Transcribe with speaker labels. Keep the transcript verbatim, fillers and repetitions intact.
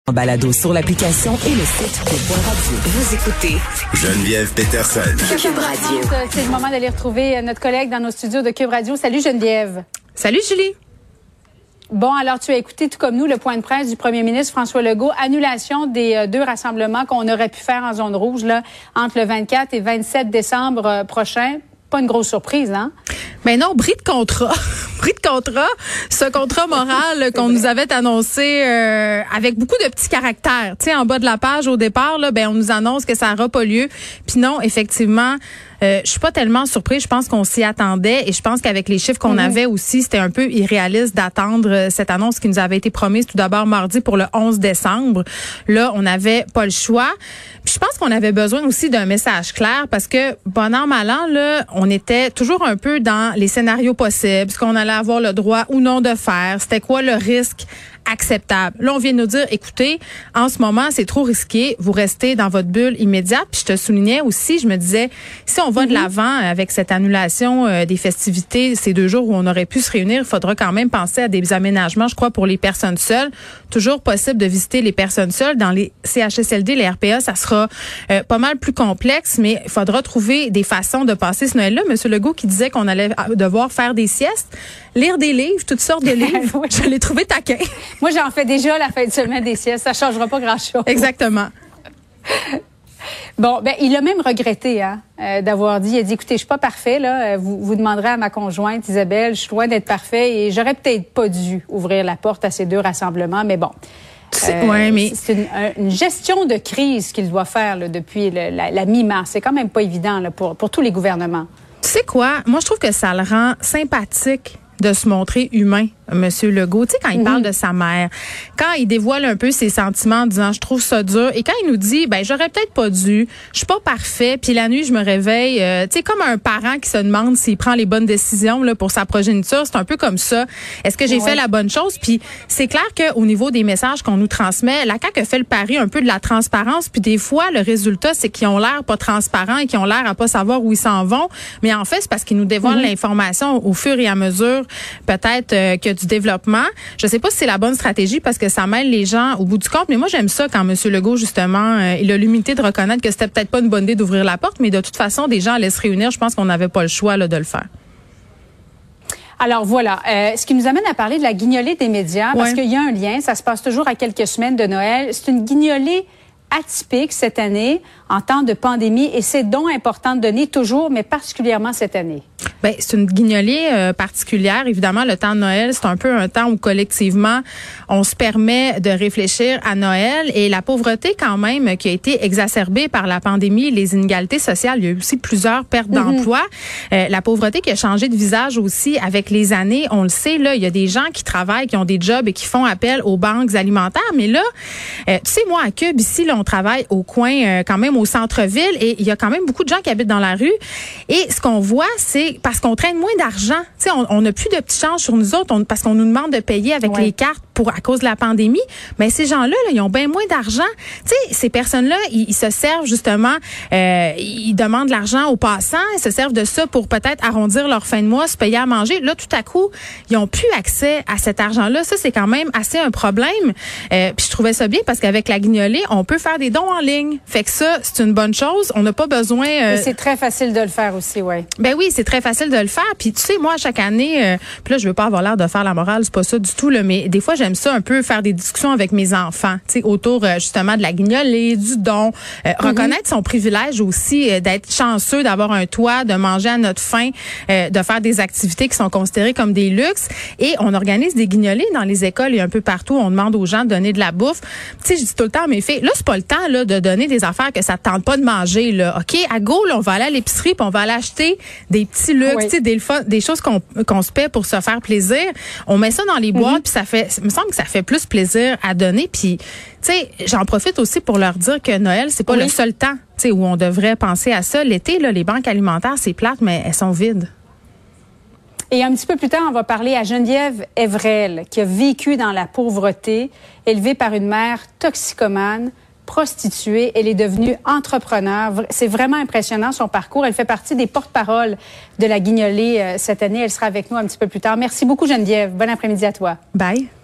Speaker 1: En balado sur l'application et le site Cube Radio. Vous écoutez
Speaker 2: Geneviève Peterson.
Speaker 3: Cube Radio. C'est le moment d'aller retrouver notre collègue dans nos studios de Cube Radio. Salut Geneviève.
Speaker 4: Salut Julie.
Speaker 3: Bon, alors tu as écouté tout comme nous le point de presse du premier ministre François Legault. Annulation des euh, deux rassemblements qu'on aurait pu faire en zone rouge là entre le vingt-quatre et vingt-sept décembre euh, prochain. Pas une grosse surprise, hein?
Speaker 4: Mais non, bris de contrat. Bris de contrat. Ce contrat moral qu'on nous avait annoncé euh, avec beaucoup de petits caractères. Tu sais, en bas de la page, au départ, là, ben on nous annonce que ça n'aura pas lieu. Puis non, effectivement, euh, je suis pas tellement surprise. Je pense qu'on s'y attendait et je pense qu'avec les chiffres qu'on mmh. avait aussi, c'était un peu irréaliste d'attendre cette annonce qui nous avait été promise tout d'abord mardi pour le onze décembre. Là, on n'avait pas le choix. Puis je pense qu'on avait besoin aussi d'un message clair parce que, bon an, mal an, là, on était toujours un peu dans les scénarios possibles, ce qu'on allait avoir le droit ou non de faire, c'était quoi le risque acceptable. Là, on vient de nous dire, écoutez, en ce moment, c'est trop risqué, vous restez dans votre bulle immédiate. Puis je te soulignais aussi, je me disais, si on va mm-hmm. de l'avant avec cette annulation euh, des festivités, ces deux jours où on aurait pu se réunir, il faudra quand même penser à des aménagements, je crois, pour les personnes seules. Toujours possible de visiter les personnes seules. Dans les C H S L D, les R P A, ça sera euh, pas mal plus complexe, mais il faudra trouver des façons de passer ce Noël-là. Monsieur Legault qui disait qu'on allait devoir faire des siestes, lire des livres, toutes sortes de livres. Oui. Je l'ai trouvé taquin.
Speaker 3: Moi, j'en fais déjà la fin de semaine des siestes. Ça changera pas grand-chose.
Speaker 4: Exactement.
Speaker 3: Bon, ben il a même regretté hein, euh, d'avoir dit, il a dit, écoutez, je suis pas parfait là. Vous, vous demanderez à ma conjointe Isabelle, je suis loin d'être parfait et j'aurais peut-être pas dû ouvrir la porte à ces deux rassemblements, mais bon.
Speaker 4: Euh, ouais, mais
Speaker 3: c'est une, une gestion de crise qu'il doit faire là, depuis le, la, la mi-mars. C'est quand même pas évident là, pour pour tous les gouvernements.
Speaker 4: Tu sais quoi? Moi, je trouve que ça le rend sympathique de se montrer humain, Monsieur Legault. Tu sais, quand il mm-hmm. parle de sa mère, quand il dévoile un peu ses sentiments en disant « je trouve ça dur », et quand il nous dit « ben j'aurais peut-être pas dû, je suis pas parfait, puis la nuit, je me réveille euh, », tu sais, comme un parent qui se demande s'il prend les bonnes décisions là pour sa progéniture, c'est un peu comme ça. Est-ce que j'ai ouais. fait la bonne chose? Puis c'est clair qu'au niveau des messages qu'on nous transmet, la C A Q a fait le pari un peu de la transparence, puis des fois, le résultat, c'est qu'ils ont l'air pas transparents et qu'ils ont l'air à pas savoir où ils s'en vont, mais en fait, c'est parce qu'ils nous dévoilent mm-hmm. l'information au fur et à mesure peut-être euh, que du développement. Je sais pas si c'est la bonne stratégie parce que ça mêle les gens au bout du compte, mais moi j'aime ça quand M. Legault justement, euh, il a l'humilité de reconnaître que c'était peut-être pas une bonne idée d'ouvrir la porte, mais de toute façon des gens allaient se réunir, je pense qu'on n'avait pas le choix là, de le faire.
Speaker 3: Alors voilà, euh, ce qui nous amène à parler de la guignolée des médias, parce ouais. qu'il y a un lien, ça se passe toujours à quelques semaines de Noël, c'est une guignolée atypique cette année en temps de pandémie et c'est donc important de donner toujours, mais particulièrement cette année.
Speaker 4: Ben c'est une guignolée euh, particulière. Évidemment, le temps de Noël, c'est un peu un temps où collectivement, on se permet de réfléchir à Noël et la pauvreté quand même qui a été exacerbée par la pandémie, les inégalités sociales. Il y a eu aussi plusieurs pertes mm-hmm. d'emplois. Euh, la pauvreté qui a changé de visage aussi avec les années. On le sait, là, il y a des gens qui travaillent, qui ont des jobs et qui font appel aux banques alimentaires. Mais là, euh, tu sais, moi, à Cube, ici, là, on travaille au coin, euh, quand même au centre-ville et il y a quand même beaucoup de gens qui habitent dans la rue. Et ce qu'on voit, c'est parce qu'on traîne moins d'argent. Tu sais, on n'a plus de petits changes sur nous autres on, parce qu'on nous demande de payer avec ouais. les cartes pour à cause de la pandémie. Mais ces gens-là, là, ils ont bien moins d'argent. Tu sais, ces personnes-là, ils, ils se servent justement, euh, ils demandent de l'argent aux passants, ils se servent de ça pour peut-être arrondir leur fin de mois, se payer à manger. Là, tout à coup, ils ont plus accès à cet argent-là. Ça, c'est quand même assez un problème. Euh, puis je trouvais ça bien parce qu'avec la guignolée, on peut faire des dons en ligne. Fait que ça, c'est une bonne chose. On n'a pas besoin... Euh...
Speaker 3: Et c'est très facile de le faire aussi, oui.
Speaker 4: Ben oui, c'est très facile de le faire. Puis tu sais, moi, chaque année, euh, puis là, je veux pas avoir l'air de faire la morale, c'est pas ça du tout, là, mais des fois, j'aime ça un peu faire des discussions avec mes enfants, tu sais, autour euh, justement de la guignolée, du don, euh, mm-hmm. reconnaître son privilège aussi, euh, d'être chanceux, d'avoir un toit, de manger à notre faim, euh, de faire des activités qui sont considérées comme des luxes. Et on organise des guignolées dans les écoles et un peu partout. On demande aux gens de donner de la bouffe. Tu sais, je dis tout le temps à mes filles, là, c'est pas le temps là de donner des affaires que ça te tente pas de manger, là. OK, à go, là, on va aller à l'épicerie puis on va aller acheter des petits luxes, oui. tu sais, des, des choses qu'on qu'on se paie pour se faire plaisir. On met ça dans les boîtes, mm-hmm. puis ça fait, il me semble que ça fait plus plaisir à donner. Puis, tu sais, j'en profite aussi pour leur dire que Noël, c'est pas oui. le seul temps, tu sais, où on devrait penser à ça. L'été, là, les banques alimentaires, c'est plate, mais elles sont vides.
Speaker 3: Et un petit peu plus tard, on va parler à Geneviève Evrel, qui a vécu dans la pauvreté, élevée par une mère toxicomane, prostituée. Elle est devenue entrepreneur. C'est vraiment impressionnant son parcours. Elle fait partie des porte-paroles de la Guignolée euh, cette année. Elle sera avec nous un petit peu plus tard. Merci beaucoup, Geneviève. Bon après-midi à toi.
Speaker 4: Bye.